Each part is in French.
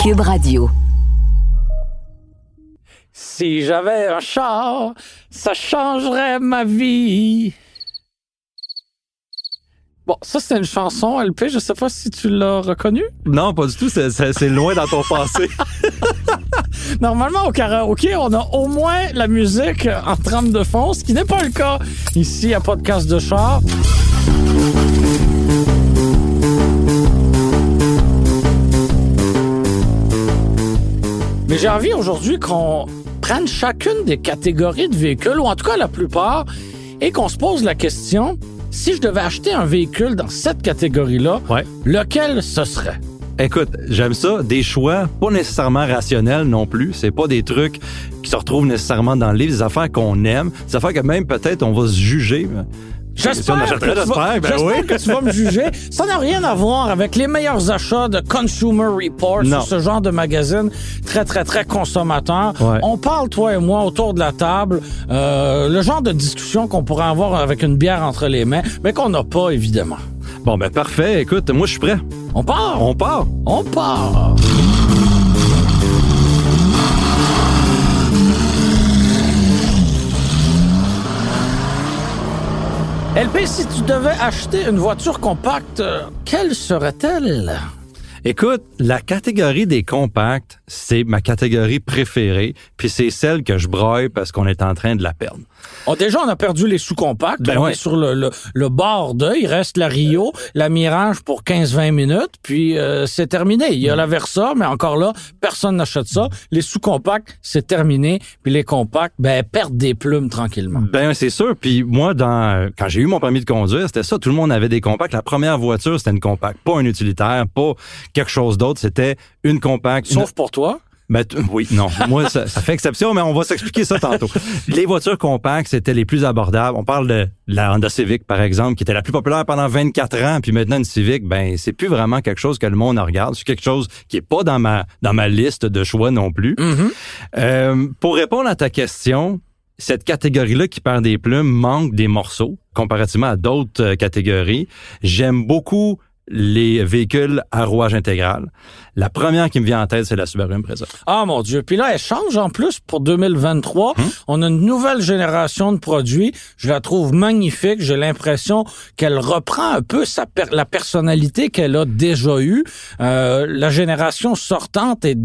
Cube Radio. Si j'avais un char, ça changerait ma vie. Bon, ça, c'est une chanson, LP. Je sais pas si tu l'as reconnue. Non, pas du tout. C'est loin dans ton passé. Normalement, au karaoké, on a au moins la musique en trame de fond, ce qui n'est pas le cas ici à Podcast de char. Mais j'ai envie aujourd'hui qu'on prenne chacune des catégories de véhicules, ou en tout cas la plupart, et qu'on se pose la question, si je devais acheter un véhicule dans cette catégorie-là, lequel ce serait? Écoute, j'aime ça. Des choix pas nécessairement rationnels non plus. C'est pas des trucs qui se retrouvent nécessairement dans le livre, des affaires qu'on aime, des affaires que même peut-être on va se juger. J'espère que tu vas me juger. Ça n'a rien à voir avec les meilleurs achats de Consumer Reports ou ce genre de magazine très, très, très consommateur. Ouais. On parle, toi et moi, autour de la table, le genre de discussion qu'on pourrait avoir avec une bière entre les mains, mais qu'on n'a pas, évidemment. Bon, ben parfait. Écoute, moi, je suis prêt. On part? On part. On part. LP, si tu devais acheter une voiture compacte, quelle serait-elle? Écoute, la catégorie des compacts, c'est ma catégorie préférée, puis c'est celle que je broye parce qu'on est en train de la perdre. Déjà, on a perdu les sous-compacts. On est sur le bord d'eux. Il reste la Rio, la Mirage pour 15-20 minutes, puis c'est terminé. Il y a la Versa, mais encore là, personne n'achète ça. Les sous-compacts, c'est terminé, puis les compacts, perdent des plumes tranquillement. C'est sûr. Puis moi, quand j'ai eu mon permis de conduire, c'était ça. Tout le monde avait des compacts. La première voiture, c'était une compacte, pas un utilitaire, pas quelque chose d'autre. C'était une compacte. Sauf pour toi? Oui, non. Moi, ça fait exception, mais on va s'expliquer ça tantôt. Les voitures compactes, c'était les plus abordables. On parle de la Honda Civic, par exemple, qui était la plus populaire pendant 24 ans, puis maintenant, une Civic, c'est plus vraiment quelque chose que le monde regarde. C'est quelque chose qui est pas dans ma liste de choix non plus. Mm-hmm. Pour répondre à ta question, cette catégorie-là qui perd des plumes manque des morceaux, comparativement à d'autres catégories. J'aime beaucoup les véhicules à rouage intégral. La première qui me vient en tête, c'est la Subaru Impreza. Ah, mon Dieu. Puis là, elle change en plus pour 2023. On a une nouvelle génération de produits. Je la trouve magnifique. J'ai l'impression qu'elle reprend un peu la personnalité qu'elle a déjà eue. La génération sortante est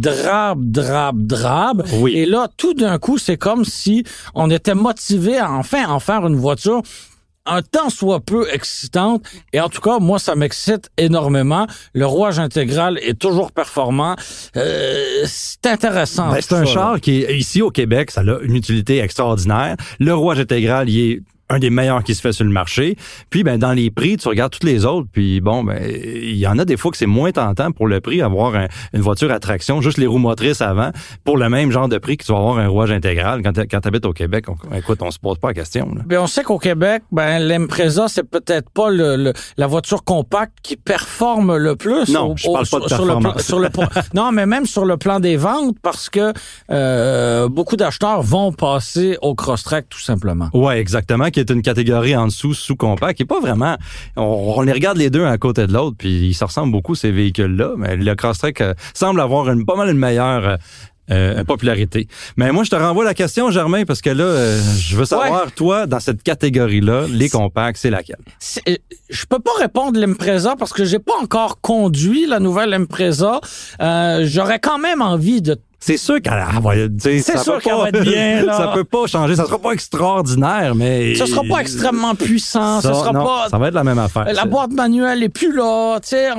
drabe. Oui. Et là, tout d'un coup, c'est comme si on était motivé à enfin en faire une voiture un tant soit peu excitante. Et en tout cas, moi, ça m'excite énormément. Le rouage intégral est toujours performant. C'est intéressant. C'est un char qui est ici au Québec, ça a une utilité extraordinaire. Le rouage intégral, il est un des meilleurs qui se fait sur le marché. Puis, dans les prix, tu regardes toutes les autres, puis il y en a des fois que c'est moins tentant pour le prix, avoir une voiture à traction, juste les roues motrices avant, pour le même genre de prix que tu vas avoir un rouage intégral. Quand tu habites au Québec, on se pose pas la question. Là. On sait qu'au Québec, l'Impreza, c'est peut-être pas la voiture compacte qui performe le plus. Non, je parle pas de performance. Non, mais même sur le plan des ventes, parce que beaucoup d'acheteurs vont passer au Crosstrek, tout simplement. Ouais, exactement, qui est une catégorie en dessous, sous-compact, qui est pas vraiment... On les regarde les deux à côté de l'autre, puis ils se ressemblent beaucoup, ces véhicules-là, mais le Crosstrek semble avoir pas mal une meilleure popularité. Mais moi, je te renvoie la question, Germain, parce que là, je veux savoir, toi, dans cette catégorie-là, les compacts, c'est laquelle? Je peux pas répondre l'Impreza parce que j'ai pas encore conduit la nouvelle Impreza. J'aurais quand même envie de... C'est sûr qu'elle va être bien, là. Ça peut pas changer. Ça sera pas extraordinaire, mais... Ça sera pas extrêmement puissant. Ça va être la même affaire. La boîte manuelle est plus là. Tu sais,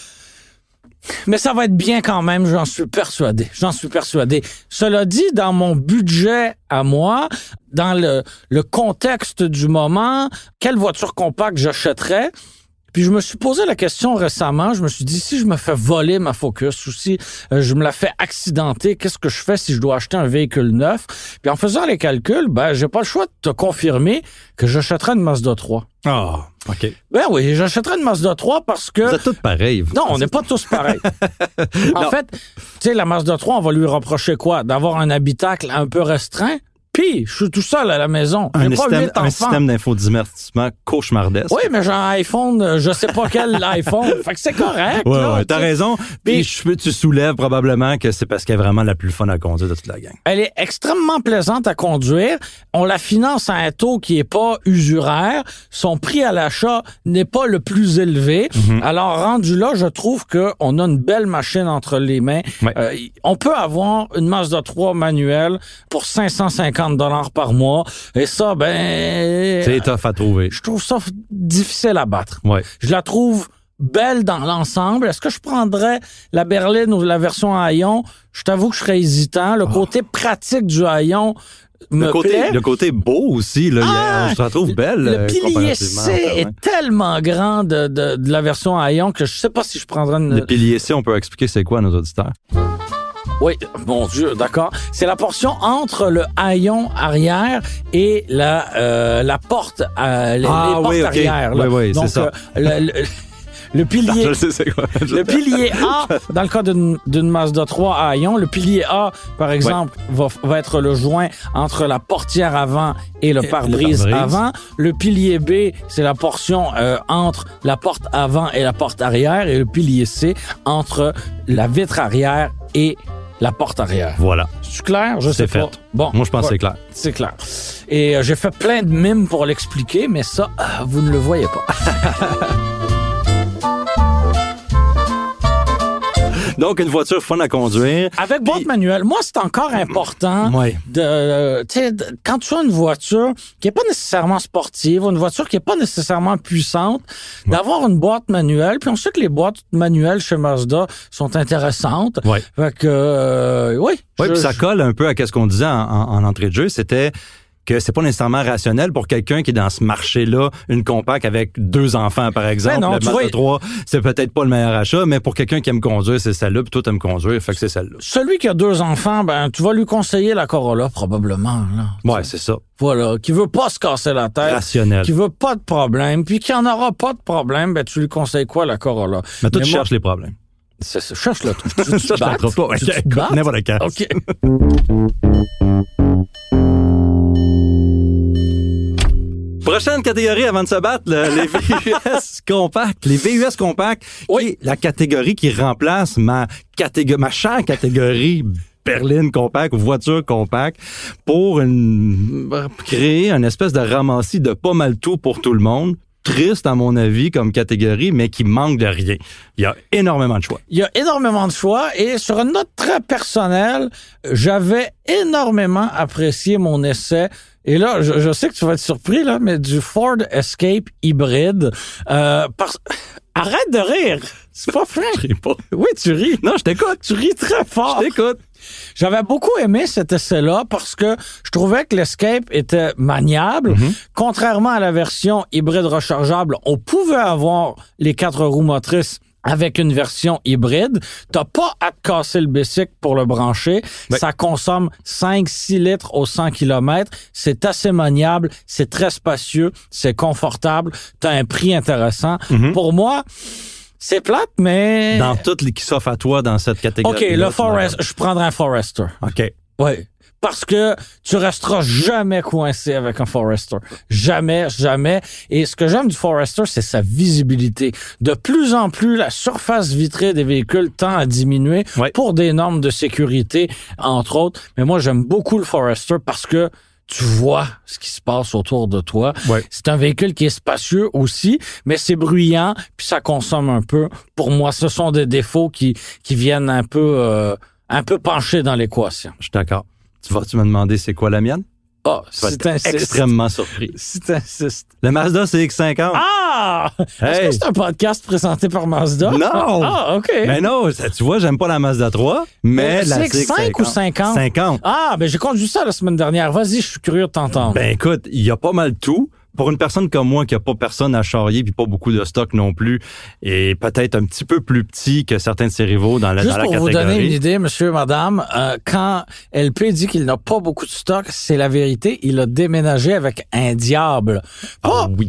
mais ça va être bien quand même, j'en suis persuadé. Cela dit, dans mon budget à moi, dans le contexte du moment, quelle voiture compacte j'achèterais? Puis je me suis posé la question récemment, je me suis dit, si je me fais voler ma Focus ou si je me la fais accidenter, qu'est-ce que je fais si je dois acheter un véhicule neuf? Puis en faisant les calculs, j'ai pas le choix de te confirmer que j'achèterais une Mazda 3. Ah, OK. Oui, j'achèterais une Mazda 3 parce que... Vous êtes tous pareils. Non, on n'est pas tous pareils. En fait, tu sais, la Mazda 3, on va lui reprocher quoi? D'avoir un habitacle un peu restreint? Puis, je suis tout seul à la maison. J'ai pas 8 enfants. Un système d'infodivertissement cauchemardesque. Oui, mais j'ai un iPhone, je sais pas quel iPhone. Fait que c'est correct. Ouais, t'as raison. Puis tu soulèves probablement que c'est parce qu'elle est vraiment la plus fun à conduire de toute la gang. Elle est extrêmement plaisante à conduire. On la finance à un taux qui est pas usuraire. Son prix à l'achat n'est pas le plus élevé. Alors, rendu là, je trouve qu'on a une belle machine entre les mains. Ouais. On peut avoir une Mazda 3 manuelle pour 550 $ par mois. Et ça, c'est tough à trouver. Je trouve ça difficile à battre. Ouais. Je la trouve belle dans l'ensemble. Est-ce que je prendrais la berline ou la version Hayon? Je t'avoue que je serais hésitant. Le côté pratique du Hayon me plaît. Le côté beau aussi, là, je la trouve belle. Le pilier C est tellement grand de la version Hayon que je sais pas si je prendrais une... Le pilier C, on peut expliquer c'est quoi à nos auditeurs? Oui, mon Dieu, d'accord. C'est la portion entre le haillon arrière et la porte, les portes arrière. Là. Oui, donc, c'est ça. Le pilier, je sais c'est quoi. Le pilier A, dans le cas d'une Mazda 3 à haillons, le pilier A, par exemple, va être le joint entre la portière avant et le pare-brise avant. Le pilier B, c'est la portion entre la porte avant et la porte arrière. Et le pilier C, entre la vitre arrière et la porte arrière. Voilà. C'est clair? Je sais pas. Bon. Moi, je pense que c'est clair. C'est clair. Et j'ai fait plein de mimes pour l'expliquer, mais ça, vous ne le voyez pas. Donc, une voiture fun à conduire. Avec boîte manuelle. Moi, c'est encore important quand tu as une voiture qui est pas nécessairement sportive, ou une voiture qui est pas nécessairement puissante, d'avoir une boîte manuelle. Puis on sait que les boîtes manuelles chez Mazda sont intéressantes. Ouais. Fait que, Oui, puis ça colle un peu à ce qu'on disait en entrée de jeu. C'était que c'est pas nécessairement rationnel pour quelqu'un qui est dans ce marché-là, une compacte avec 2 enfants, par exemple. Non, la Mazda 3, c'est peut-être pas le meilleur achat, mais pour quelqu'un qui aime conduire, c'est celle-là, puis toi, t'aimes conduire, fait que c'est celle-là. Celui qui a 2 enfants, tu vas lui conseiller la Corolla, probablement. Là. Ouais, c'est ça. Voilà, qui veut pas se casser la tête. Rationnel. Qui veut pas de problème, puis qui en aura pas de problème, tu lui conseilles quoi, la Corolla? Mais toi, tu cherches les problèmes. Cherche-le. Tu n'importe quand. OK. Prochaine catégorie avant de se battre, les VUS compacts. Les VUS compacts, qui la catégorie qui remplace ma chère catégorie berline compacte ou voiture compacte pour créer une espèce de ramassis de pas mal tout pour tout le monde. Triste, à mon avis, comme catégorie, mais qui manque de rien. Il y a énormément de choix. Il y a énormément de choix et sur une note très personnelle, j'avais énormément apprécié mon essai. Et là, je sais que tu vas être surpris, là, mais du Ford Escape hybride. Arrête de rire! C'est pas vrai! Je ris pas. Oui, tu ris. Non, je t'écoute. Tu ris très fort. Je t'écoute. J'avais beaucoup aimé cet essai-là parce que je trouvais que l'Escape était maniable. Contrairement à la version hybride rechargeable, on pouvait avoir les 4 roues motrices avec une version hybride. T'as pas à te casser le bicycle pour le brancher. Ouais. Ça consomme 5-6 litres au 100 km. C'est assez maniable, c'est très spacieux, c'est confortable. T'as un prix intéressant. Pour moi, c'est plate, mais... Dans toutes les qui s'offrent à toi dans cette catégorie. OK, le Forester, je prendrais un Forester. OK. Oui. Parce que tu resteras jamais coincé avec un Forester. Jamais, jamais. Et ce que j'aime du Forester, c'est sa visibilité. De plus en plus, la surface vitrée des véhicules tend à diminuer pour des normes de sécurité, entre autres. Mais moi, j'aime beaucoup le Forester parce que tu vois ce qui se passe autour de toi. Ouais. C'est un véhicule qui est spacieux aussi, mais c'est bruyant, puis ça consomme un peu. Pour moi, ce sont des défauts qui viennent un peu pencher dans l'équation. Je suis d'accord. Tu me demander c'est quoi la mienne? Ah, si t'insistes. Extrêmement surpris. Si t'insistes. Le Mazda CX-50. Ah! Est-ce que c'est un podcast présenté par Mazda? Non! Ah, OK. Mais non, tu vois, j'aime pas la Mazda 3, mais la CX-5 ou 50? 50. Ah, ben j'ai conduit ça la semaine dernière. Vas-y, je suis curieux de t'entendre. Ben écoute, il y a pas mal tout. Pour une personne comme moi qui a pas personne à charrier puis pas beaucoup de stock non plus et peut-être un petit peu plus petit que certains de ses rivaux dans la catégorie. Juste pour vous donner une idée, monsieur, madame, quand LP dit qu'il n'a pas beaucoup de stock, c'est la vérité. Il a déménagé avec un diable. Ah oui.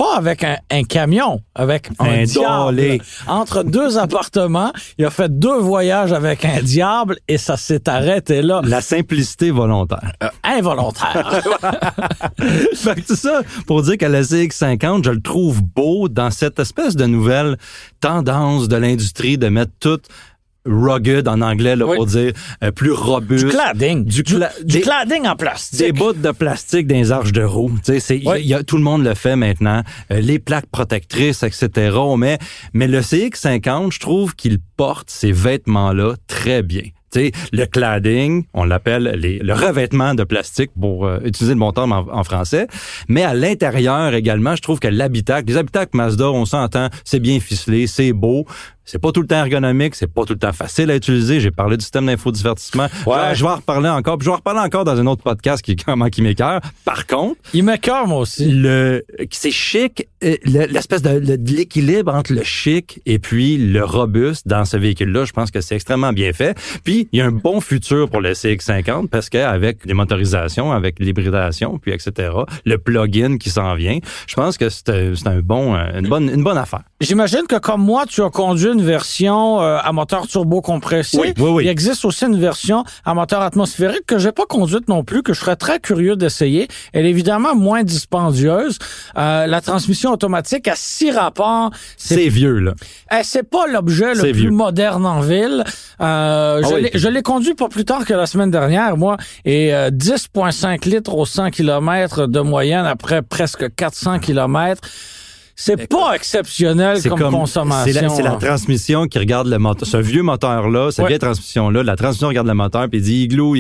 pas avec un camion, avec un diable. Entre deux appartements, il a fait 2 voyages avec un diable et ça s'est arrêté là. La simplicité volontaire. Involontaire. Fait que tout ça pour dire que le CX-50, je le trouve beau dans cette espèce de nouvelle tendance de l'industrie de mettre tout rugged en anglais là, pour dire plus robuste. Du cladding. Du cladding en plastique. Des bouts de plastique dans les arches de roue. Tout le monde le fait maintenant. Les plaques protectrices, etc. Mais le CX-50, je trouve qu'il porte ces vêtements-là très bien. T'sais, le cladding, on l'appelle le revêtement de plastique pour utiliser le bon terme en français. Mais à l'intérieur également, je trouve que les habitacles Mazda, on s'entend, c'est bien ficelé, c'est beau. C'est pas tout le temps ergonomique, c'est pas tout le temps facile à utiliser. J'ai parlé du système d'infodivertissement. Ouais. Je vais en reparler encore. Puis je vais en reparler encore dans un autre podcast qui m'écoeure. Par contre, il m'écoeure moi aussi. C'est chic, l'espèce de l'équilibre entre le chic et puis le robuste dans ce véhicule-là, je pense que c'est extrêmement bien fait. Puis il y a un bon futur pour le CX-50 parce qu'avec les motorisations, avec l'hybridation, puis etc., le plug-in qui s'en vient, je pense que c'est une bonne affaire. J'imagine que comme moi, tu as conduit une version à moteur turbo compressé. Oui. Il existe aussi une version à moteur atmosphérique que j'ai pas conduite non plus, que je serais très curieux d'essayer. Elle est évidemment moins dispendieuse. La transmission automatique à 6 rapports. C'est vieux, là. C'est pas l'objet le plus moderne en ville. Je l'ai conduit pas plus tard que la semaine dernière, moi, et 10,5 litres au 100 km de moyenne après presque 400 km. C'est pas exceptionnel comme consommation. C'est la transmission qui regarde le moteur. Ce vieux moteur-là, cette vieille transmission-là, la transmission regarde le moteur puis dit igloo.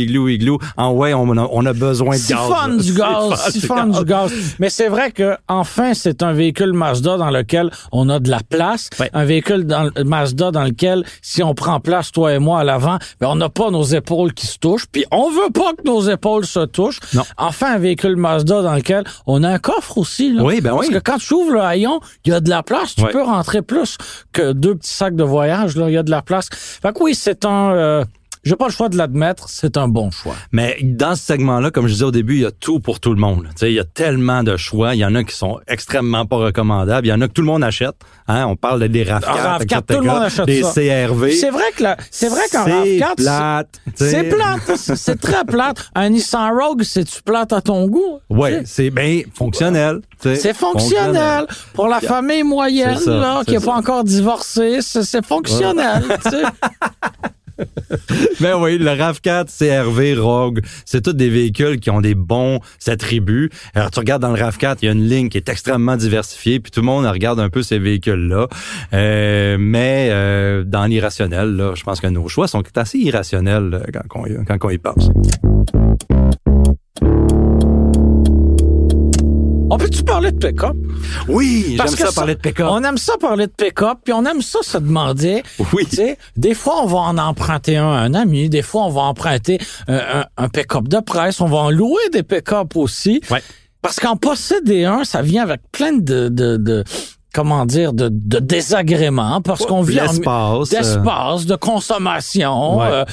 On a besoin de siphonne du gaz. Mais c'est vrai que enfin, c'est un véhicule Mazda dans lequel on a de la place. Ouais. Un véhicule Mazda dans lequel, si on prend place, toi et moi, à l'avant, ben on n'a pas nos épaules qui se touchent. Puis on veut pas que nos épaules se touchent. Non. Enfin, un véhicule Mazda dans lequel on a un coffre aussi. Là. Parce que quand tu ouvres le haillon, il y a de la place. Tu peux rentrer plus que 2 petits sacs de voyage. Là, il y a de la place. Fait que oui, c'est un... j'ai pas le choix de l'admettre, c'est un bon choix. Mais dans ce segment-là, comme je disais au début, il y a tout pour tout le monde. Tu sais, il y a tellement de choix. Il y en a qui sont extrêmement pas recommandables. Il y en a que tout le monde achète. Hein? On parle des RAV4, etc. Tout le monde achète des ça. CR-V. C'est vrai qu'un RAV4, c'est plate. C'est très plate. Un Nissan Rogue, c'est-tu plate à ton goût? Oui, c'est bien fonctionnel. C'est fonctionnel. Pour la famille moyenne, qui n'est pas encore divorcée, c'est fonctionnel. Ben oui, le RAV4, CR-V, Rogue, c'est tous des véhicules qui ont des bons attributs. Alors, tu regardes dans le RAV4, il y a une ligne qui est extrêmement diversifiée, puis tout le monde regarde un peu ces véhicules-là. Mais dans l'irrationnel, là, je pense que nos choix sont assez irrationnels quand on y pense. On peut-tu parler de pick-up? Oui, j'aime ça parler de pick-up. On aime ça parler de pick-up, puis on aime ça se demander. Oui. Tu sais, des fois, on va en emprunter un à un ami, des fois, on va emprunter un pick-up de presse, on va en louer des pick-up aussi. Ouais. Parce qu'en posséder un, ça vient avec plein de désagréments, parce qu'on vit d'espace, de consommation. Ouais.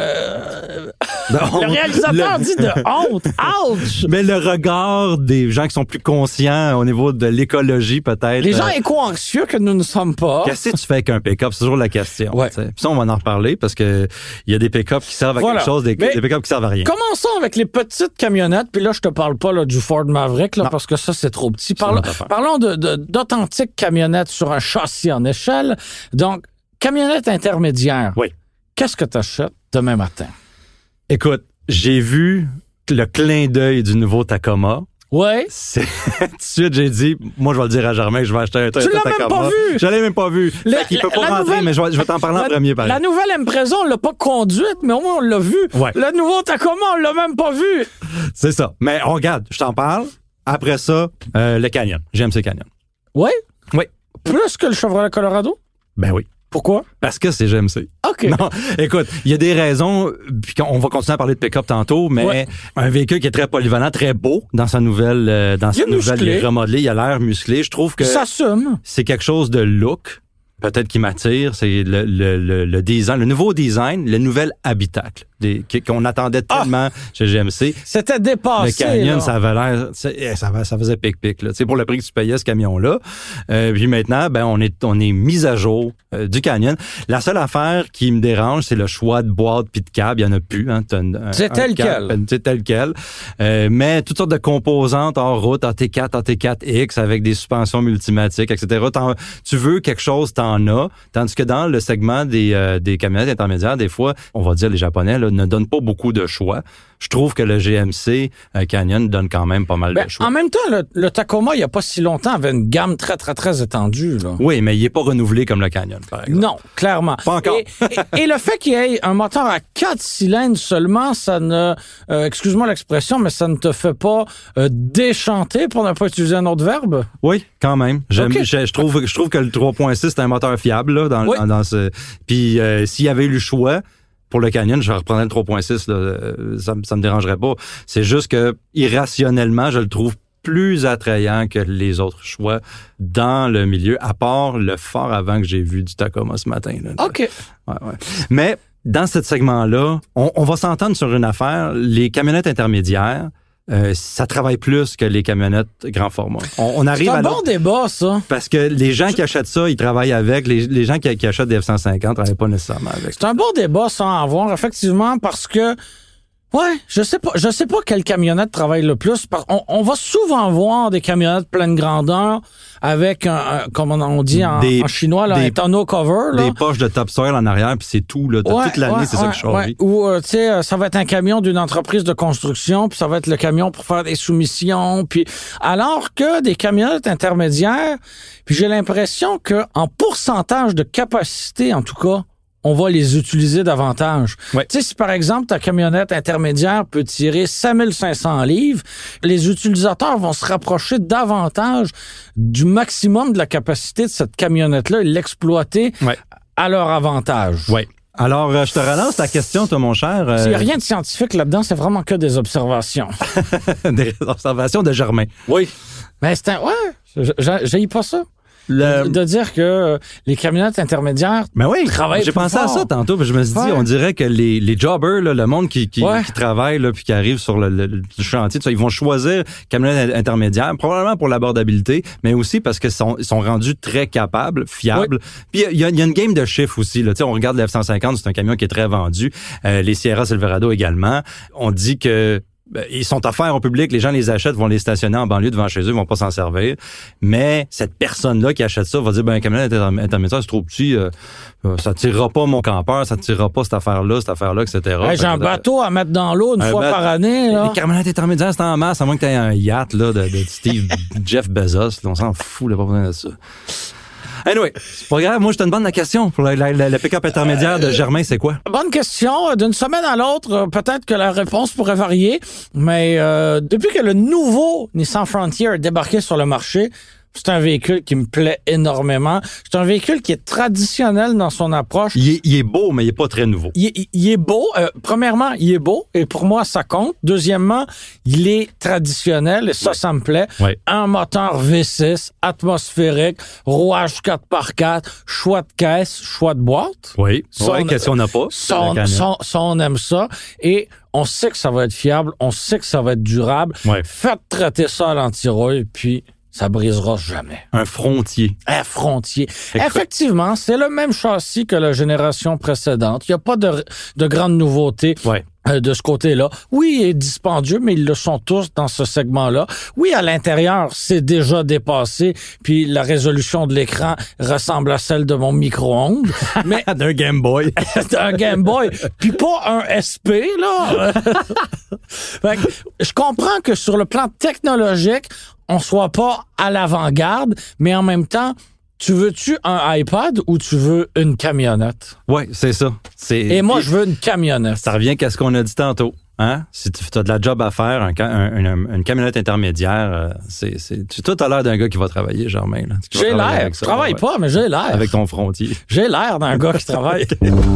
Le réalisateur dit de honte. Ouch! Mais le regard des gens qui sont plus conscients au niveau de l'écologie, peut-être. Les gens éco-anxieux que nous ne sommes pas. Qu'est-ce que tu fais avec un pick-up? C'est toujours la question. Ouais. Puis ça, on va en reparler parce que il y a des pick-up qui servent à quelque chose, des pick-up qui servent à rien. Commençons avec les petites camionnettes. Puis là, je te parle pas du Ford Maverick, là, parce que ça, c'est trop petit. Parlons d'authentiques camionnettes sur un châssis en échelle. Donc, camionnette intermédiaire. Oui. Qu'est-ce que tu achètes demain matin? Écoute, j'ai vu le clin d'œil du nouveau Tacoma. Oui. Tout de suite, j'ai dit, moi, je vais le dire à Germain que je vais acheter un Tacoma. Tu l'as même pas vu? Je l'ai même pas vu. Il peut pas rentrer, mais je vais t'en parler en premier. La nouvelle Impreza, on l'a pas conduite, mais au moins, on l'a vu. Ouais. Le nouveau Tacoma, on l'a même pas vu. C'est ça. Mais on regarde, je t'en parle. Après ça, le Canyon. GMC Canyon. Oui? Oui. Plus que le Chevrolet Colorado? Ben oui. Pourquoi? Parce que c'est GMC. OK. Non, écoute, il y a des raisons, puis on va continuer à parler de pick-up tantôt, mais un véhicule qui est très polyvalent, très beau dans sa nouvelle, il est remodelé, il a l'air musclé. Je trouve que c'est quelque chose de look, peut-être qui m'attire, c'est le design, le nouveau design, le nouvel habitacle. qu'on attendait tellement chez GMC. C'était dépassé. Le Canyon, là. ça avait l'air, ça faisait pic-pic, là. Tu sais, pour le prix que tu payais ce camion-là. Puis maintenant, ben, on est mis à jour du Canyon. La seule affaire qui me dérange, c'est le choix de boîte puis de cab. Il y en a plus, hein. C'est tel quel. C'est tel quel. Mais toutes sortes de composantes hors route, AT4, AT4X, avec des suspensions multimatiques, etc. Tu veux quelque chose, t'en as. Tandis que dans le segment des camionnettes intermédiaires, des fois, on va dire les Japonais là, ne donnent pas beaucoup de choix. Je trouve que le GMC Canyon donne quand même pas mal de choix. En même temps, le Tacoma, il n'y a pas si longtemps, avait une gamme très, très, très étendue. Là. Oui, mais il n'est pas renouvelé comme le Canyon, par exemple. Non, clairement. Pas encore. Et le fait qu'il y ait un moteur à 4 cylindres seulement, ça ne, excuse-moi l'expression, mais ça ne te fait pas déchanter, pour ne pas utiliser un autre verbe? Oui, quand même. Je trouve que le 3.6, c'est un moteur fiable là, dans ce... Puis s'il y avait eu le choix... Pour le Canyon, je reprendrais le 3.6, là, ça me dérangerait pas. C'est juste que, irrationnellement, je le trouve plus attrayant que les autres choix dans le milieu, à part le fort avant que j'ai vu du Tacoma ce matin. Là. OK. Ouais. Mais, dans ce segment-là, on va s'entendre sur une affaire. Les camionnettes intermédiaires, ça travaille plus que les camionnettes grand format. On arrive c'est un bon débat, ça. Parce que les gens qui achètent ça, ils travaillent avec. Les gens qui achètent des F-150 ne travaillent pas nécessairement avec. C'est un bon débat sans avoir, effectivement, parce que ouais, je sais pas quelle camionnette travaille le plus. On va souvent voir des camionnettes pleine grandeur avec comme on dit en chinois, là, un tonneau cover. Là. Des poches de topsoil en arrière, puis c'est tout. Là, toute l'année, c'est ça qui change. Ouais. Ou, tu sais, ça va être un camion d'une entreprise de construction, puis ça va être le camion pour faire des soumissions. Puis alors que des camionnettes intermédiaires, puis j'ai l'impression que en pourcentage de capacité, en tout cas, on va les utiliser davantage. Ouais. Tu sais, si par exemple ta camionnette intermédiaire peut tirer 5500 livres, les utilisateurs vont se rapprocher davantage du maximum de la capacité de cette camionnette-là et l'exploiter à leur avantage. Oui. Alors, je te relance ta question, toi, mon cher. Il n'y a rien de scientifique là-dedans, c'est vraiment que des observations. Des observations de Germain. Oui. Mais c'est j'ai pas ça. De dire que les camionnettes intermédiaires travaillent plus j'ai pensé fort. à ça tantôt, puis je me suis dit, on dirait que les jobbers, là, le monde qui travaille là, puis qui arrive sur le chantier, ils vont choisir camionnettes intermédiaires, probablement pour l'abordabilité, mais aussi parce qu'ils sont rendus très capables, fiables. Puis il y a une game de chiffres aussi. Là. On regarde le F-150, c'est un camion qui est très vendu. Les Sierra Silverado également. On dit que ils sont offerts au public, les gens les achètent, vont les stationner en banlieue devant chez eux, ils vont pas s'en servir. Mais cette personne-là qui achète ça va dire, un camionnette intermédiaire, c'est trop petit, ça tirera pas mon campeur, ça tirera pas cette affaire-là, etc. J'ai un bateau à mettre dans l'eau une fois par année. Là. Les camionnettes intermédiaires, c'est en masse, à moins que tu aies un yacht là, de Steve Jeff Bezos. Là, on s'en fout, là, pas besoin de ça. Anyway, c'est pas grave. Moi, je te demande la question pour la pick-up intermédiaire de Germain, c'est quoi? Bonne question. D'une semaine à l'autre, peut-être que la réponse pourrait varier, mais depuis que le nouveau Nissan Frontier a débarqué sur le marché, c'est un véhicule qui me plaît énormément. C'est un véhicule qui est traditionnel dans son approche. Il est beau, mais il est pas très nouveau. Il est beau. Premièrement, il est beau, et pour moi, ça compte. Deuxièmement, il est traditionnel, et ça me plaît. Ouais. Un moteur V6, atmosphérique, rouage 4x4, choix de caisse, choix de boîte. Oui, qu'est-ce qu'on n'a pas? Ça, on aime ça. Et on sait que ça va être fiable, on sait que ça va être durable. Ouais. Faites traiter ça à l'anti-rouille, puis ça brisera jamais. Un Frontier. Un Frontier. Effectivement, c'est le même châssis que la génération précédente. Il n'y a pas de grandes nouveautés. Ouais. De ce côté-là. Oui, il est dispendieux, mais ils le sont tous dans ce segment-là. Oui, à l'intérieur, c'est déjà dépassé, puis la résolution de l'écran ressemble à celle de mon micro-ondes. Mais d'un Game Boy. d'un Game Boy, puis pas un SP, là. Fait que, je comprends que sur le plan technologique, on soit pas à l'avant-garde, mais en même temps, tu veux-tu un iPad ou tu veux une camionnette? Oui, c'est ça. Et moi, je veux une camionnette. Ça revient à ce qu'on a dit tantôt. Hein? Si tu as de la job à faire, une camionnette intermédiaire, toi, t'as l'air d'un gars qui va travailler, Germain. Là. J'ai l'air. Je travaille pas, mais j'ai l'air. Avec ton Frontier. J'ai l'air d'un gars qui travaille.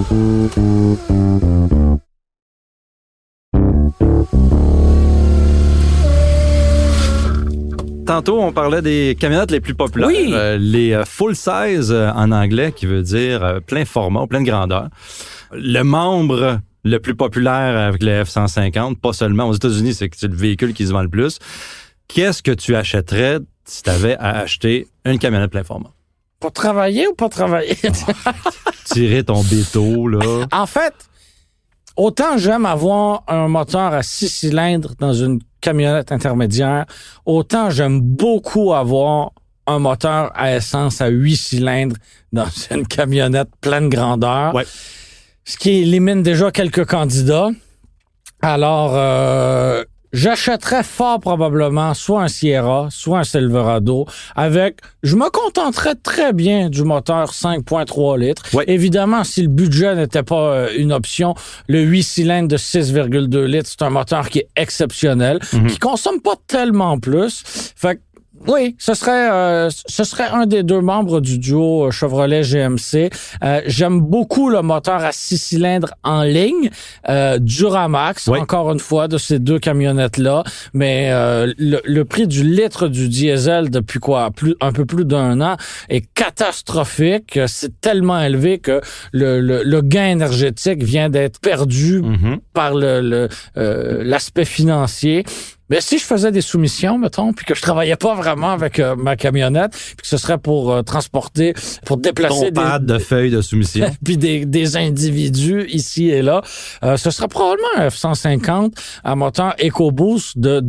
Tantôt, on parlait des camionnettes les plus populaires. Oui. Les full size en anglais, qui veut dire plein format, pleine grandeur. Le membre le plus populaire avec le F-150, pas seulement aux États-Unis, c'est le véhicule qui se vend le plus. Qu'est-ce que tu achèterais si tu avais à acheter une camionnette plein format? Pour travailler ou pas travailler? Tirer ton béto, là. En fait, autant j'aime avoir un moteur à 6 cylindres dans une camionnette intermédiaire, autant j'aime beaucoup avoir un moteur à essence à 8 cylindres dans une camionnette pleine grandeur. Ouais. Ce qui élimine déjà quelques candidats. Alors, j'achèterais fort probablement soit un Sierra, soit un Silverado je me contenterais très bien du moteur 5.3 litres. Ouais. Évidemment, si le budget n'était pas une option, le 8 cylindres de 6,2 litres, c'est un moteur qui est exceptionnel, qui consomme pas tellement plus. Fait que, oui, ce serait un des deux membres du duo Chevrolet GMC. J'aime beaucoup le moteur à 6 cylindres en ligne, Duramax, encore une fois, de ces deux camionnettes-là. Mais le prix du litre du diesel depuis un peu plus d'1 an est catastrophique. C'est tellement élevé que le gain énergétique vient d'être perdu par l'aspect financier. Mais si je faisais des soumissions, mettons, puis que je travaillais pas vraiment avec ma camionnette, puis que ce serait pour transporter, pour déplacer ton pad de feuilles de soumission, puis des individus ici et là, ce serait probablement un F-150 à moteur EcoBoost de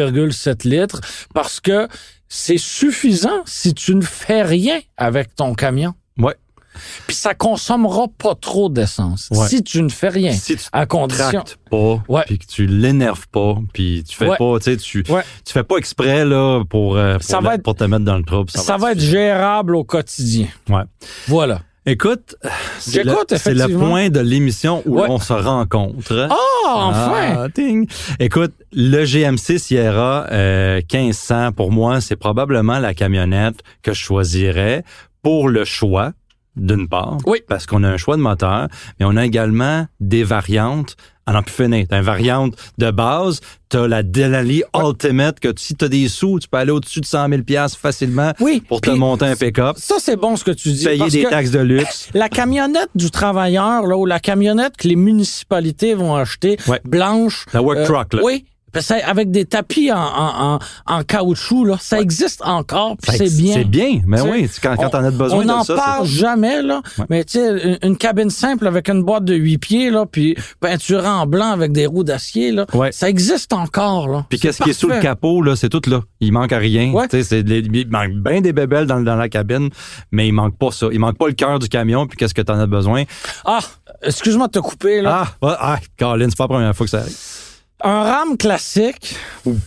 2,7 litres, parce que c'est suffisant si tu ne fais rien avec ton camion. Ouais. Puis ça consommera pas trop d'essence. Ouais. Si tu ne fais rien, si tu à condition tractes pas, puis que tu l'énerves pas, puis tu fais pas, tu fais pas exprès là pour te mettre dans le trouble. Ça va être gérable au quotidien. Ouais. Voilà. Écoute, c'est le point de l'émission où on se rencontre. Oh, enfin! Ting. Écoute, le GMC Sierra 1500, pour moi, c'est probablement la camionnette que je choisirais pour le choix. D'une part, parce qu'on a un choix de moteur, mais on a également des variantes à n'en plus finir. T'as une variante de base, t'as la Denali Ultimate, que si t'as des sous, tu peux aller au-dessus de 100 000 $ facilement pour te monter un pick-up. Ça, c'est bon ce que tu dis. Payer des taxes de luxe. La camionnette du travailleur, là, ou la camionnette que les municipalités vont acheter, blanche. La work truck, là. Oui. Avec des tapis en caoutchouc, là, ça existe encore, puis c'est bien. C'est bien, mais oui, quand t'en as besoin de ça. On n'en parle jamais, là, mais tu sais, une cabine simple avec une boîte de 8 pieds, là, puis peinturée en blanc avec des roues d'acier, là, ça existe encore, là. Puis qu'est-ce qui est sous le capot, là, c'est tout là. Il manque à rien. Tu sais, il manque bien des bébelles dans la cabine, mais il manque pas ça. Il manque pas le cœur du camion, puis qu'est-ce que t'en as besoin? Ah, excuse-moi de te couper, là. Colin, c'est pas la première fois que ça arrive. Un RAM classique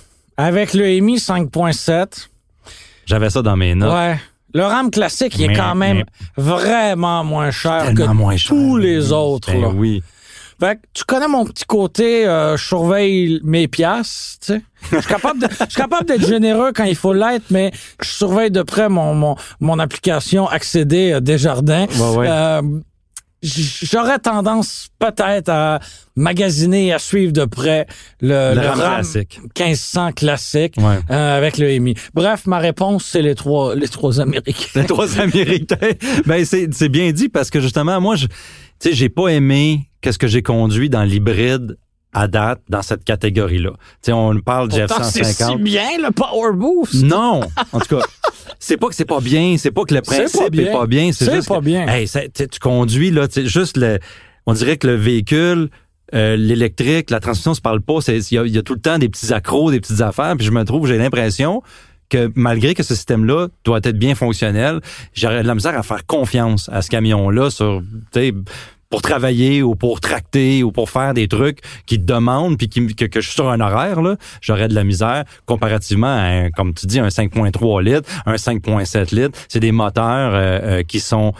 avec le EMI 5.7. J'avais ça dans mes notes. Ouais. Le RAM classique, il est quand même vraiment moins cher que tous les autres. Ben là. Oui. Fait que tu connais mon petit côté, je surveille mes piastres, tu sais. Je suis capable d'être généreux quand il faut l'être, mais je surveille de près mon application Accéder Desjardins. J'aurais tendance peut-être à magasiner et à suivre de près le RAM classique. 1500 classique avec le EMI. Bref, ma réponse, c'est les trois Américains. Les trois Américains. Ben c'est bien dit parce que justement, moi, j'ai pas aimé qu'est-ce que j'ai conduit dans l'hybride à date dans cette catégorie-là. Tu sais, on parle du F-150. C'est si bien le Power Boost. Non, en tout cas, c'est pas que c'est pas bien, c'est pas que le principe est pas bien, c'est juste pas bien. Hey, tu conduis là, tu sais, juste on dirait que le véhicule l'électrique, la transmission se parle pas, il y a tout le temps des petits accros, des petites affaires, puis j'ai l'impression que malgré que ce système-là doit être bien fonctionnel, j'aurais de la misère à faire confiance à ce camion-là sur, tu sais, pour travailler ou pour tracter ou pour faire des trucs qui te demandent puis que je suis sur un horaire, là, j'aurais de la misère comparativement à, comme tu dis, un 5.3 litres, un 5.7 litres. C'est des moteurs qui sont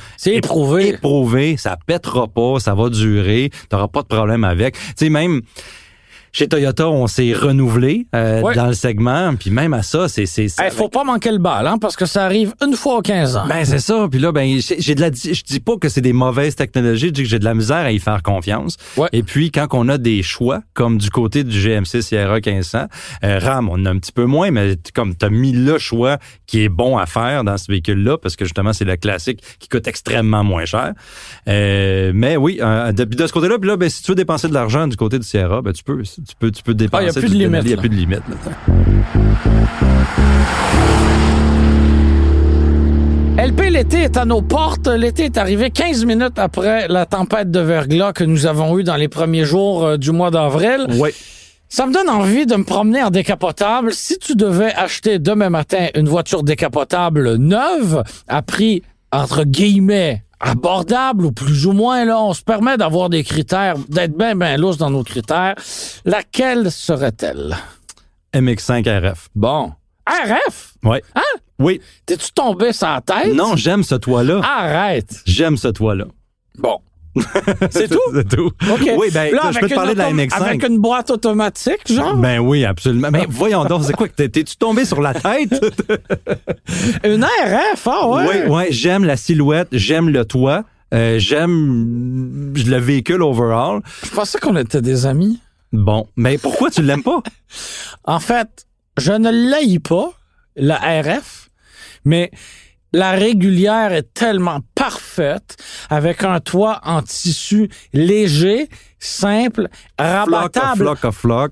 éprouvés. Ça pètera pas, ça va durer. T'auras pas de problème avec. Tu sais, même Chez Toyota, on s'est renouvelé dans le segment, puis même à ça, c'est faut pas manquer le bal, parce que ça arrive une fois aux 15 ans. Ben c'est ça, puis là je dis pas que c'est des mauvaises technologies, je dis que j'ai de la misère à y faire confiance. Ouais. Et puis quand on a des choix comme du côté du GMC Sierra 1500, RAM on a un petit peu moins, mais comme t'as mis le choix qui est bon à faire dans ce véhicule-là parce que justement c'est le classique qui coûte extrêmement moins cher. Mais oui, de ce côté-là, puis là ben si tu veux dépenser de l'argent du côté du Sierra, ben tu peux dépenser. Il n'y a plus de limite. Il n'y a plus de limite. LP, l'été est à nos portes. L'été est arrivé 15 minutes après la tempête de verglas que nous avons eue dans les premiers jours du mois d'avril. Oui. Ça me donne envie de me promener en décapotable. Si tu devais acheter demain matin une voiture décapotable neuve à prix, entre guillemets, abordable ou plus ou moins, là, on se permet d'avoir des critères, d'être bien lourds dans nos critères. Laquelle serait-elle? MX5 RF. Bon. RF? Oui. Hein? Oui. T'es-tu tombé sur la tête? Non, j'aime ce toit-là. Arrête. J'aime ce toit-là. Bon. C'est tout? C'est tout. OK. Oui, ben, là, je peux te parler de la MX5. Avec une boîte automatique, genre? Ben oui, absolument. Mais voyons donc, c'est quoi? T'es-tu tombé sur la tête? Une RF, ouais? Oui, j'aime la silhouette, j'aime le toit, j'aime le véhicule overall. Je pensais qu'on était des amis. Bon, mais pourquoi tu l'aimes pas? En fait, je ne l'haïs pas, la RF, mais la régulière est tellement parfaite, avec un toit en tissu léger, simple, rabattable. Floc.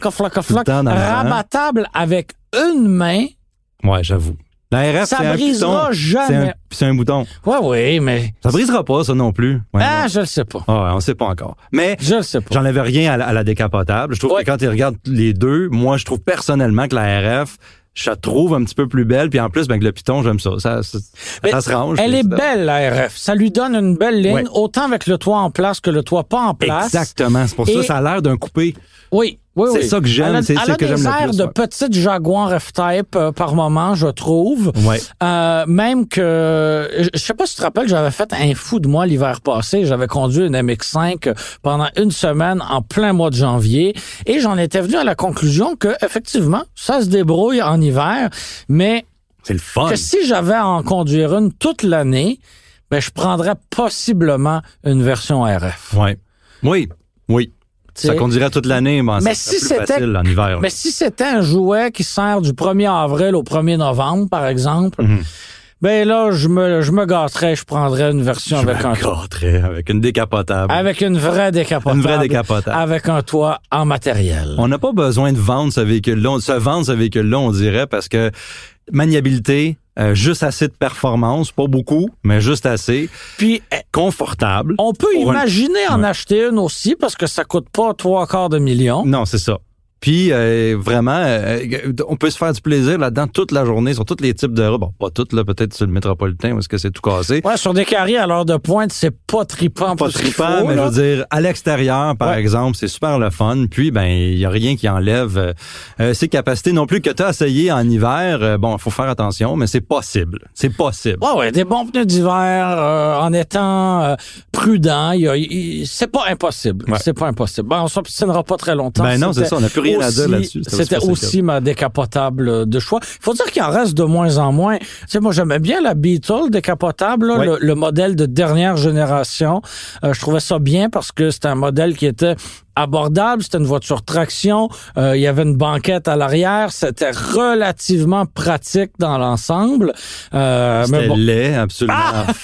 Rabattable avec une main. Ouais, j'avoue. La RF, ça c'est un brisera piton, jamais. C'est un bouton. Oui, mais... Ça brisera pas, ça non plus. Ouais, je le sais pas. Ah, on sait pas encore. Mais je le sais pas. J'en avais rien à la décapotable. Je trouve que quand tu regardes les deux, moi, je trouve personnellement que la RF, je la trouve un petit peu plus belle. Puis en plus, ben, que le piton, j'aime ça. Ça se range. Elle est belle, la RF. Ça lui donne une belle ligne, autant avec le toit en place que le toit pas en place. Exactement. C'est pour ça a l'air d'un coupé. Oui. C'est ça que j'aime. C'est que j'aime le plus. Elle a des airs de petite Jaguar F-Type par moment, je trouve. Ouais. Même que, je sais pas si tu te rappelles, j'avais fait un fou de moi l'hiver passé. J'avais conduit une MX5 pendant une semaine en plein mois de janvier et j'en étais venu à la conclusion que effectivement, ça se débrouille en hiver, mais c'est le fun. Que si j'avais à en conduire une toute l'année, ben je prendrais possiblement une version RF. Ouais. Oui. Ça conduirait toute l'année, mais si c'est plus facile en hiver. Mais si c'était un jouet qui sert du 1er avril au 1er novembre, par exemple, ben là, je me gâterais, je prendrais une version avec une décapotable. Avec une vraie décapotable. Une vraie décapotable. Avec un toit en matériel. On n'a pas besoin de vendre ce véhicule-là, on dirait, parce que maniabilité, juste assez de performance, pas beaucoup, mais juste assez. Puis confortable. On peut imaginer en acheter une aussi parce que ça coûte pas 350 000. Non, c'est ça. Puis vraiment, on peut se faire du plaisir là-dedans toute la journée, sur tous les types de routes. Bon, pas toutes, là, peut-être sur le métropolitain, parce que c'est tout cassé. Ouais, sur des carriers à l'heure de pointe, c'est pas trippant. Pas trippant, mais je veux dire, à l'extérieur, par exemple, c'est super le fun. Puis, ben, il y a rien qui enlève ses capacités non plus que tu as essayé en hiver. Bon, il faut faire attention, mais c'est possible. C'est possible. Ouais, des bons pneus d'hiver, en étant prudent, c'est pas impossible. Ouais. C'est pas impossible. Bon, on s'obstinera pas très longtemps. Ben non, c'est ça, on n'a plus rien à dire là-dessus. C'était aussi ma décapotable de choix. Il faut dire qu'il en reste de moins en moins. Tu sais, moi, j'aimais bien la Beetle décapotable, là, le modèle de dernière génération. Je trouvais ça bien parce que c'était un modèle qui était abordable, c'était une voiture traction, il y avait une banquette à l'arrière, c'était relativement pratique dans l'ensemble. C'était laid, absolument.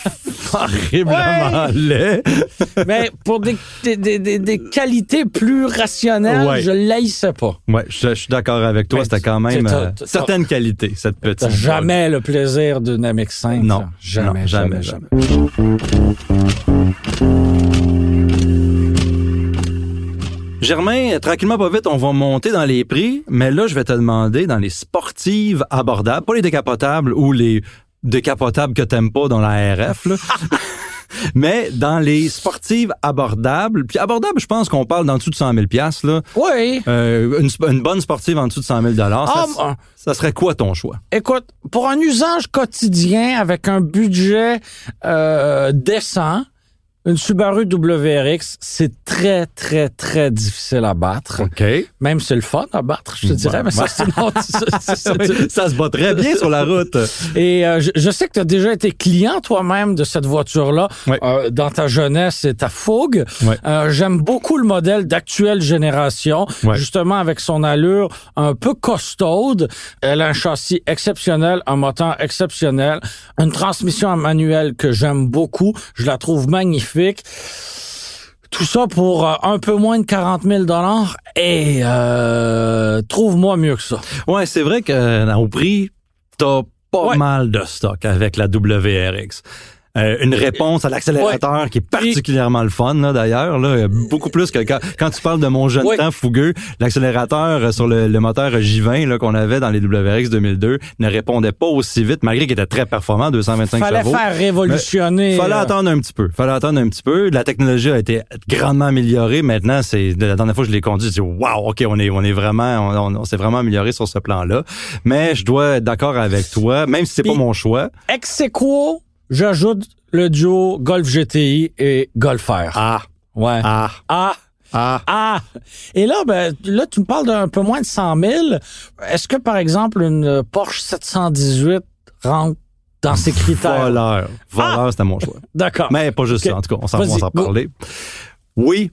Horriblement laid. Mais pour des qualités plus rationnelles, je l'haïssais pas. Ouais, je suis d'accord avec toi, c'était quand même certaines qualités, cette petite. T'as jamais le plaisir d'une MX5. Non, jamais. Germain, tranquillement pas vite, on va monter dans les prix, mais là, je vais te demander dans les sportives abordables, pas les décapotables ou les décapotables que t'aimes pas dans la RF, là. Mais dans les sportives abordables, puis abordables, je pense qu'on parle d'en dessous de 100 000 $, là. Oui. Une bonne sportive en dessous de 100 000 $, ça serait quoi ton choix? Écoute, pour un usage quotidien avec un budget décent, Une Subaru WRX, c'est très, très, très difficile à battre. OK. Même c'est le fun à battre, je te dirais, mais ça, c'est une autre... Ça se bat très bien sur la route. Et je sais que tu as déjà été client toi-même de cette voiture-là dans ta jeunesse et ta fougue. J'aime beaucoup le modèle d'actuelle génération, justement avec son allure un peu costaude. Elle a un châssis exceptionnel, un moteur exceptionnel, une transmission manuelle que j'aime beaucoup. Je la trouve magnifique. Tout ça pour un peu moins de 40 000 $. Et trouve-moi mieux que ça. Ouais, c'est vrai que au prix, t'as pas mal de stock avec la WRX. Une réponse à l'accélérateur qui est particulièrement le fun, là, d'ailleurs. Là, beaucoup plus que quand tu parles de mon jeune temps fougueux, l'accélérateur sur le moteur J20 là, qu'on avait dans les WRX 2002 ne répondait pas aussi vite, malgré qu'il était très performant, 225 chevaux. Fallait faire révolutionner. Fallait attendre un petit peu. La technologie a été grandement améliorée. Maintenant, la dernière fois que je l'ai conduit, j'ai dit wow, OK, on s'est vraiment amélioré sur ce plan-là. Mais je dois être d'accord avec toi, même si c'est pas mon choix. Ex aequo, j'ajoute le duo Golf GTI et Golf R. Ouais. Et là, tu me parles d'un peu moins de 100 000. Est-ce que, par exemple, une Porsche 718 rentre dans ces critères? Voleur, c'était mon choix. D'accord. Mais pas juste ça, en tout cas, on s'en parler. Oui,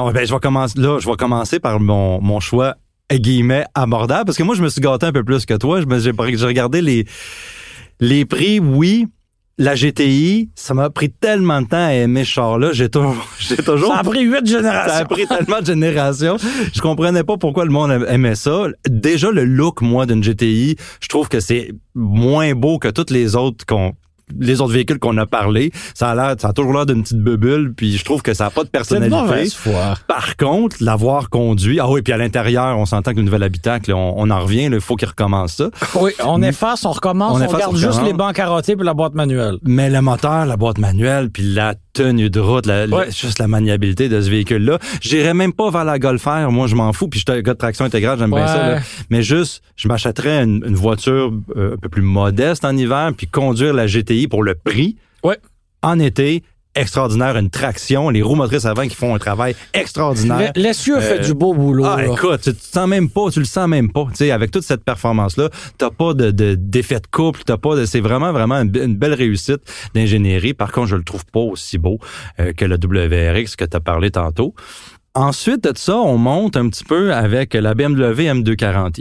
je vais commencer par mon choix, guillemets, abordable, parce que moi, je me suis gâté un peu plus que toi. J'ai regardé les prix, oui. La GTI, ça m'a pris tellement de temps à aimer ce char-là. J'ai toujours... Ça a pris 8 générations. Ça a pris tellement de générations. Je comprenais pas pourquoi le monde aimait ça. Déjà, le look, moi, d'une GTI, je trouve que c'est moins beau que toutes les autres véhicules qu'on a parlé. Ça a toujours l'air d'une petite bulle, puis je trouve que ça n'a pas de personnalité. C'est une mauvaise foi. Par contre, l'avoir conduit, puis à l'intérieur, on s'entend que le nouvel habitacle, on en revient, il faut qu'il recommence ça. Oui, on efface, on recommence, on garde juste les bancs carottés puis la boîte manuelle. Mais le moteur, la boîte manuelle, puis la tenue de route, juste la maniabilité de ce véhicule-là. J'irais même pas vers la Golf R, moi je m'en fous, puis je suis un gars de traction intégrale, j'aime bien ça. Là. Mais juste, je m'achèterais une voiture un peu plus modeste en hiver, puis conduire la GTI pour le prix. En été, extraordinaire, une traction, les roues motrices avant qui font un travail extraordinaire. L'essieu fait du beau boulot. Écoute, tu le sens même pas. Tu sais, avec toute cette performance-là, t'as pas d'effet de couple, c'est vraiment une belle réussite d'ingénierie. Par contre, je le trouve pas aussi beau que le WRX que t'as parlé tantôt. Ensuite de ça, on monte un petit peu avec la BMW M240i.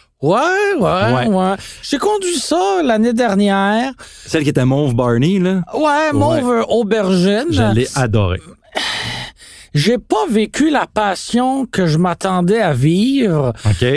Ouais. J'ai conduit ça l'année dernière. Celle qui était mauve Barney, là? Ouais, mauve aubergine. Je l'ai adoré. J'ai pas vécu la passion que je m'attendais à vivre.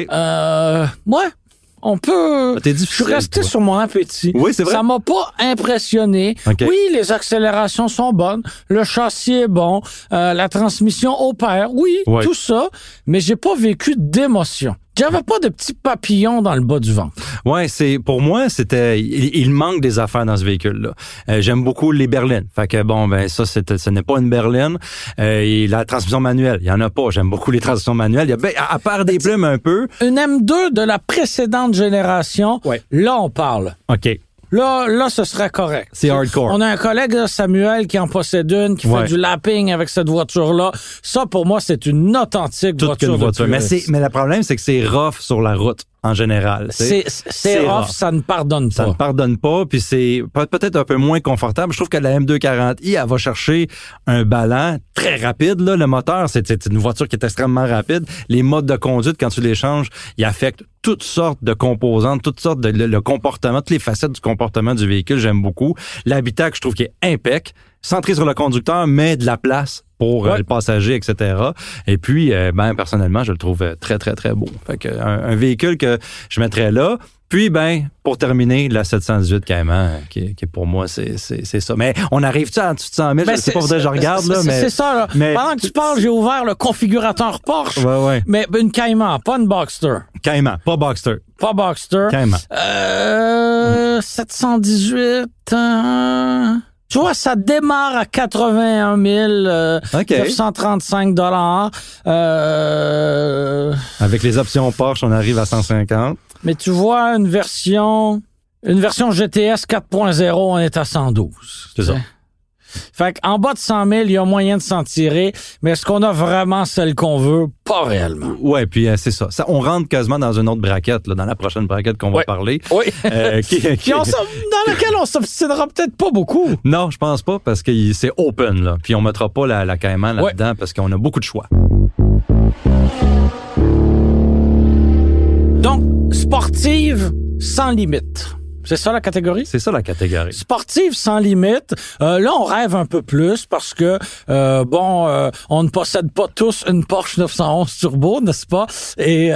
OK. On peut... Je suis resté sur mon appétit. Oui, c'est vrai. Ça m'a pas impressionné. Okay. Oui, les accélérations sont bonnes. Le châssis est bon. La transmission opère. Oui, tout ça. Mais j'ai pas vécu d'émotion. J'avais pas de petits papillons dans le bas du ventre. Ouais, pour moi, il manque des affaires dans ce véhicule-là. J'aime beaucoup les berlines. Fait que ce n'est pas une berline. Et la transmission manuelle, il y en a pas. J'aime beaucoup les transmissions manuelles. Il y a à part des plumes un peu. Une M2 de la précédente génération. Là, on parle. OK. Là, ce serait correct. C'est hardcore. On a un collègue, Samuel, qui en possède une, qui fait du lapping avec cette voiture-là. Ça, pour moi, c'est une authentique voiture. Mais le problème, c'est que c'est rough sur la route, en général. C'est rough, ça ne pardonne pas. Ça ne pardonne pas, puis c'est peut-être un peu moins confortable. Je trouve que la M240i, elle va chercher un ballon très rapide. Là. Le moteur, c'est une voiture qui est extrêmement rapide. Les modes de conduite, quand tu les changes, ils affectent toutes sortes de composantes, toutes sortes le comportement, toutes les facettes du comportement du véhicule, j'aime beaucoup. L'habitacle, je trouve qu'il est impec, centré sur le conducteur, mais de la place pour le passager, etc. Et puis, personnellement, je le trouve très, très, très beau. Fait que un véhicule que je mettrais là. Puis, pour terminer, la 718 Cayman, qui pour moi, c'est ça. Mais on arrive-tu en dessous de 100 000? Je sais pas, je regarde, là, mais... C'est ça, là. Mais, pendant que tu parles, j'ai ouvert le configurateur Porsche. Ouais. Mais une Cayman, pas une Boxster. Cayman, pas Boxster. Pas Boxster. Cayman. 718... Tu vois, ça démarre à 81 935 $. Avec les options Porsche, on arrive à 150. Mais tu vois, une version GTS 4.0, on est à 112. C'est ça. Fait qu'en bas de 100 000, il y a moyen de s'en tirer, mais est-ce qu'on a vraiment celle qu'on veut? Pas réellement. Ouais, puis c'est ça. On rentre quasiment dans une autre braquette, là, dans la prochaine braquette qu'on va parler. Oui. Dans laquelle on s'obstinera peut-être pas beaucoup. Non, je pense pas, parce que c'est open, là. Puis on mettra pas la Cayman là-dedans, parce qu'on a beaucoup de choix. Donc, sportive sans limite. C'est ça la catégorie? C'est ça la catégorie. Sportive sans limite. Là, on rêve un peu plus parce que, on ne possède pas tous une Porsche 911 Turbo, n'est-ce pas? Et...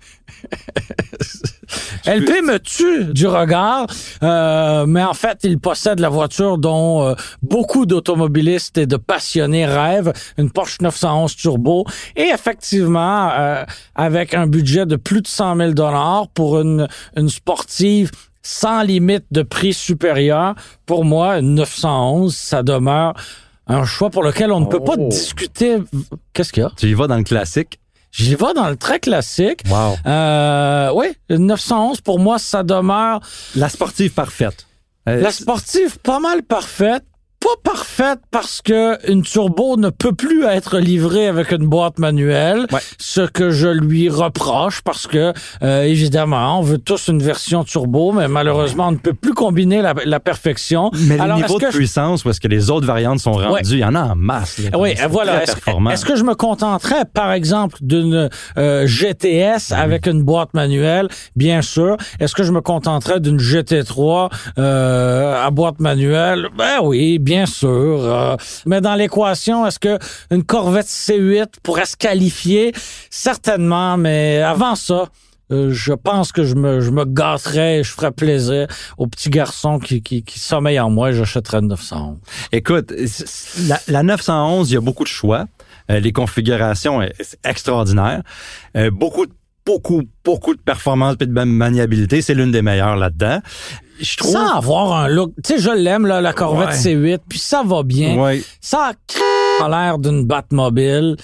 LP me tue du regard, mais en fait, il possède la voiture dont beaucoup d'automobilistes et de passionnés rêvent, une Porsche 911 Turbo. Et effectivement, avec un budget de plus de 100 000 $ pour une sportive sans limite de prix supérieur, pour moi, une 911, ça demeure un choix pour lequel on ne peut pas discuter. Qu'est-ce qu'il y a? Tu y vas dans le classique? J'y vais dans le très classique. Wow. Oui, une 911, pour moi, ça demeure... La sportive parfaite. La sportive pas mal parfaite. Pas parfaite parce que une turbo ne peut plus être livrée avec une boîte manuelle, ce que je lui reproche parce que évidemment on veut tous une version turbo, mais malheureusement on ne peut plus combiner la perfection. Mais le niveau de puissance où est-ce que les autres variantes sont rendues, il y en a en masse. Là, oui, voilà. Est-ce que je me contenterais par exemple d'une GTS avec une boîte manuelle? Bien sûr. Est-ce que je me contenterais d'une GT3 à boîte manuelle? Ben oui, bien sûr. Mais dans l'équation, est-ce que une Corvette C8 pourrait se qualifier? Certainement, mais avant ça, je pense que je me gâterais et je ferais plaisir aux petits garçons qui sommeillent en moi et j'achèterais une 911. Écoute, la 911, il y a beaucoup de choix. Les configurations, c'est extraordinaire. Beaucoup de performance et de maniabilité. C'est l'une des meilleures là-dedans. Je trouve... Sans avoir un look... Tu sais, je l'aime, là, la Corvette C8, puis ça va bien. Ouais. Ça a l'air d'une Batmobile.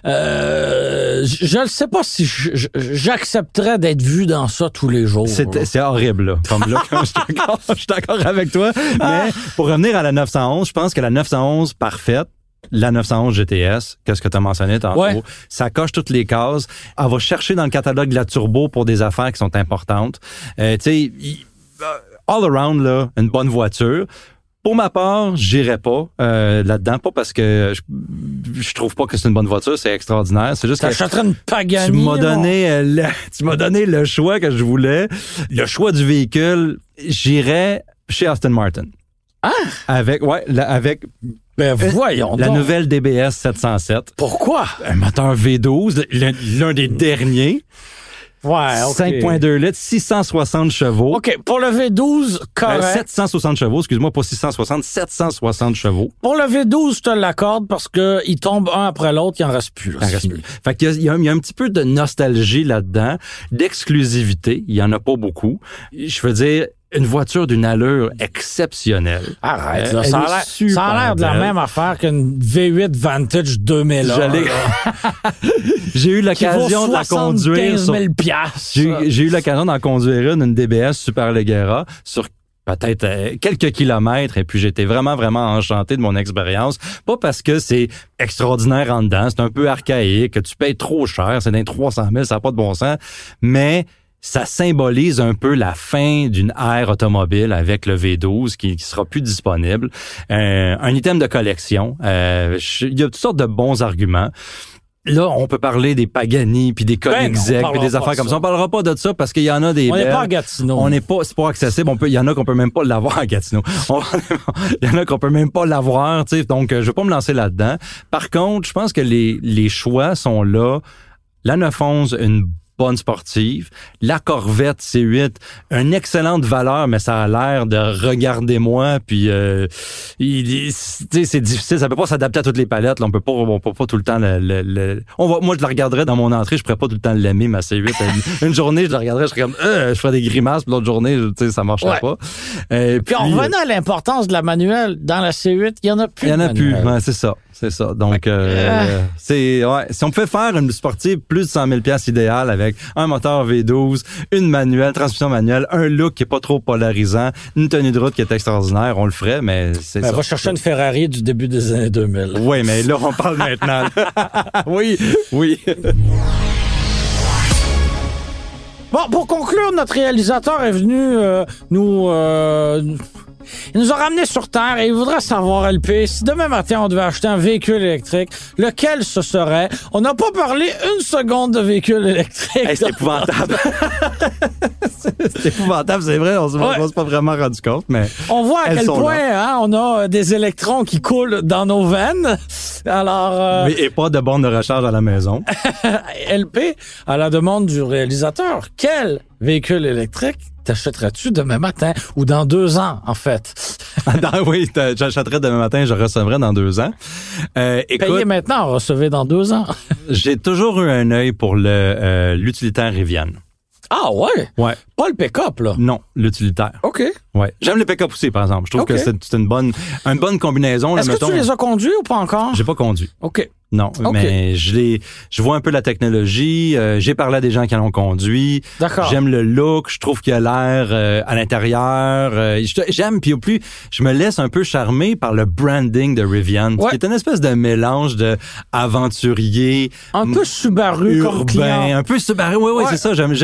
Je ne sais pas si j'accepterais d'être vu dans ça tous les jours. C'est horrible, là. Comme là, je suis d'accord avec toi. Mais pour revenir à la 911, je pense que la 911 parfaite, la 911 GTS, qu'est-ce que tu as mentionné tantôt, ça coche toutes les cases. Elle va chercher dans le catalogue de la turbo pour des affaires qui sont importantes. Tu sais, all around, là, une bonne voiture. Pour ma part, j'irais pas là-dedans, pas parce que je trouve pas que c'est une bonne voiture, c'est extraordinaire. C'est juste que t'achèterais une Pagani. Tu m'as donné le choix que je voulais, le choix du véhicule. J'irais chez Aston Martin. Ah! Avec Ben voyons la donc. nouvelle DBS 707. Pourquoi? Un moteur V12, l'un des derniers. Ouais, OK. 5.2 litres, 660 chevaux. OK, pour le V12, correct. 760 chevaux, excuse-moi, pas 660, 760 chevaux. Pour le V12, je te l'accorde parce que il tombe un après l'autre, il en reste plus. Là, Fait qu'il y a un petit peu de nostalgie là-dedans, d'exclusivité, il y en a pas beaucoup. Je veux dire, une voiture d'une allure exceptionnelle. Arrête, là, ça a l'air de la même affaire qu'une V8 Vantage 2000. J'ai eu l'occasion de la conduire. 75 000 J'ai eu l'occasion d'en conduire une DBS Superleggera sur peut-être quelques kilomètres et puis j'étais vraiment, vraiment enchanté de mon expérience. Pas parce que c'est extraordinaire en dedans, c'est un peu archaïque, que tu payes trop cher, c'est dans 300 000, ça n'a pas de bon sens, mais ça symbolise un peu la fin d'une ère automobile avec le V12 qui sera plus disponible. Un item de collection. Il y a toutes sortes de bons arguments. Là, on peut parler des Pagani puis des Koenigsegg puis des affaires comme ça. On parlera pas de ça parce qu'il y en a des On n'est pas à Gatineau. C'est pas accessible. Il y en a qu'on peut même pas l'avoir à Gatineau. Il y en a qu'on peut même pas l'avoir, tu sais. Donc, je vais pas me lancer là-dedans. Par contre, je pense que les choix sont là. La 911, une bonne sportive. La Corvette C8, une excellente valeur, mais ça a l'air de regardez-moi, puis c'est difficile, ça peut pas s'adapter à toutes les palettes, là. On peut pas tout le temps moi je la regarderais dans mon entrée, je pourrais pas tout le temps l'aimer, ma C8. Une journée, je la regarderais, je serais comme je ferais des grimaces, puis l'autre journée, ça marcherait pas. Puis on revenait à l'importance de la manuelle. Dans la C8, il y en a plus. Il y en a plus, c'est ça. c'est ça. Donc, si on pouvait faire une sportive plus de 100 000 $ idéal avec un moteur V12, une manuelle, transmission manuelle, un look qui est pas trop polarisant, une tenue de route qui est extraordinaire, on le ferait, mais c'est ça. Va chercher une Ferrari du début des années 2000. Oui, mais là, on parle maintenant. Oui. Bon, pour conclure, notre réalisateur est venu il nous a ramenés sur Terre et il voudrait savoir, LP, si demain matin on devait acheter un véhicule électrique, lequel ce serait? On n'a pas parlé une seconde de véhicule électrique. Hey, c'est épouvantable. C'est épouvantable, c'est vrai, on s'est pas vraiment rendu compte, mais on voit à quel point on a des électrons qui coulent dans nos veines. Alors, oui, et pas de borne de recharge à la maison. LP, à la demande du réalisateur, quel véhicule électrique t'achèterais-tu demain matin ou dans 2 ans, en fait? Oui, j'achèterais demain matin, je recevrais dans 2 ans. Écoute, payez maintenant, recevez dans 2 ans. J'ai toujours eu un œil pour l'utilitaire Rivian. Ah ouais? Ouais. Pas le pick-up, là? Non, l'utilitaire. OK. Ouais. J'aime le pick-up aussi, par exemple. Je trouve que c'est une bonne combinaison. Est-ce que tu les as conduits ou pas encore? J'ai pas conduit. OK. Non, mais je vois un peu la technologie. J'ai parlé à des gens qui en ont conduit. D'accord. J'aime le look. Je trouve qu'il y a l'air à l'intérieur. J'aime, puis au plus, je me laisse un peu charmer par le branding de Rivian, qui est une espèce de mélange de aventurier, un peu Subaru urbain, comme client. un peu Subaru. Oui, c'est ça. J'aime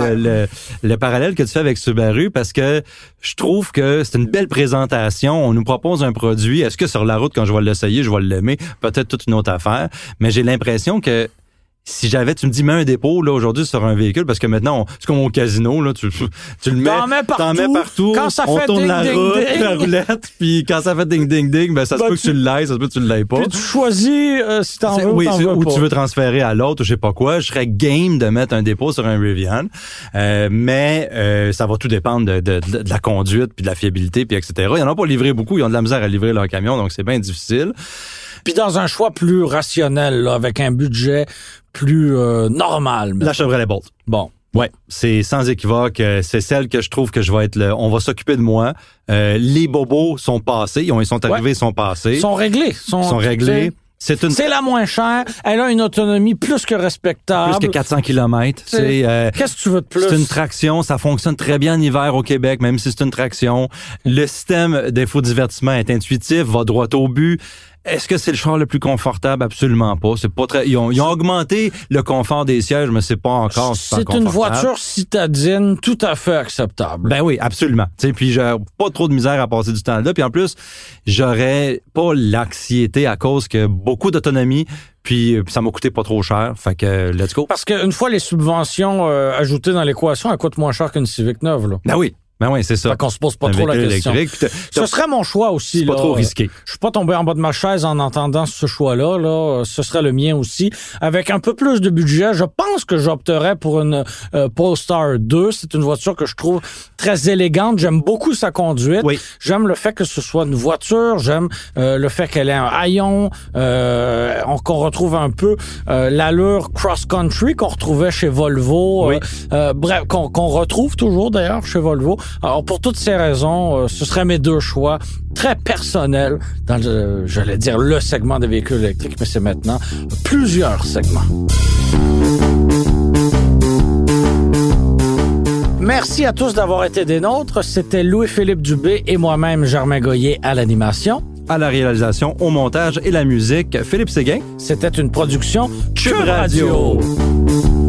le parallèle que tu fais avec Subaru parce que je trouve que c'est une belle présentation. On nous propose un produit. Est-ce que sur la route, quand je vais l'essayer, je vais l'aimer? Peut-être toute une autre affaire. Mais j'ai l'impression que si tu me dis, mets un dépôt, là, aujourd'hui, sur un véhicule, parce que maintenant, c'est comme au casino, là, tu le mets. T'en mets partout. Quand ça on fait tourne ding, la ding, route, ding. la roulette, puis quand ça fait ding, ding, ding, ben, ça se peut que tu l'ailles, ça se peut que tu l'aies pas. Puis tu choisis, si t'en veux ou t'en veux ou pas. tu veux transférer à l'autre, ou je sais pas quoi. Je serais game de mettre un dépôt sur un Rivian. Mais ça va tout dépendre de la conduite, puis de la fiabilité, puis etc. Il y en a pas livré beaucoup. Ils ont de la misère à livrer leur camion, donc c'est bien difficile. Puis dans un choix plus rationnel, là, avec un budget plus normal. La Chevrolet Bolt. Bon. Ouais, c'est sans équivoque. C'est celle que je trouve que je vais être on va s'occuper de moi. Les bobos sont passés. Ils sont arrivés, ils sont passés. Ils sont réglés. Sont réglés. C'est la moins chère. Elle a une autonomie plus que respectable. Plus que 400 km. Qu'est-ce que tu veux de plus? C'est une traction. Ça fonctionne très bien en hiver au Québec, même si c'est une traction. Le système d'infodivertissement est intuitif, va droit au but. Est-ce que c'est le char le plus confortable? Absolument pas. C'est pas très. Ils ont augmenté le confort des sièges, mais c'est pas encore super confortable. C'est une voiture citadine tout à fait acceptable. Ben oui, absolument. Puis j'ai pas trop de misère à passer du temps là. Puis en plus, j'aurais pas l'anxiété à cause que beaucoup d'autonomie. Puis ça m'a coûté pas trop cher. Fait que let's go. Parce qu'une fois les subventions ajoutées dans l'équation, elles coûtent moins cher qu'une Civic neuve, là. Ben oui. Ben oui, c'est ça. Fait qu'on se pose pas trop la question. Ce serait mon choix aussi. C'est pas trop risqué. Je suis pas tombé en bas de ma chaise en entendant ce choix-là. Là. Ce serait le mien aussi. Avec un peu plus de budget, je pense que j'opterais pour une Polestar 2. C'est une voiture que je trouve très élégante. J'aime beaucoup sa conduite. Oui. J'aime le fait que ce soit une voiture. J'aime le fait qu'elle ait un haillon. Qu'on retrouve un peu l'allure cross-country qu'on retrouvait chez Volvo. Oui. Bref, qu'on retrouve toujours d'ailleurs chez Volvo. Alors, pour toutes ces raisons, ce seraient mes 2 choix très personnels dans j'allais dire le segment des véhicules électriques, mais c'est maintenant plusieurs segments. Merci à tous d'avoir été des nôtres. C'était Louis-Philippe Dubé et moi-même, Germain Goyer, à l'animation. À la réalisation, au montage et la musique, Philippe Séguin. C'était une production Cube Radio.